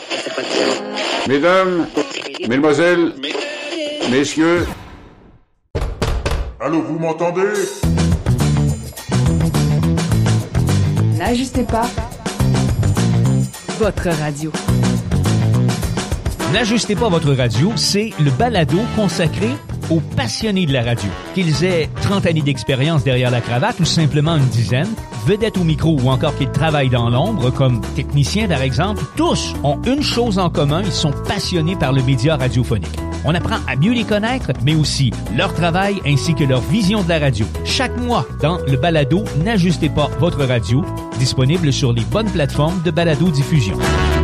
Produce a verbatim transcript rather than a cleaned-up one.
Mesdames, mesdemoiselles, messieurs. Allô, vous m'entendez? N'ajustez pas votre radio. N'ajustez pas votre radio, c'est le balado consacré aux passionnés de la radio. Qu'ils aient trente années d'expérience derrière la cravate ou simplement une dizaine, vedettes au micro ou encore qu'ils travaillent dans l'ombre comme techniciens par exemple, tous ont une chose en commun, ils sont passionnés par le média radiophonique. On apprend à mieux les connaître, mais aussi leur travail ainsi que leur vision de la radio. Chaque mois, dans le balado N'ajustez pas votre radio, disponible sur les bonnes plateformes de balado-diffusion.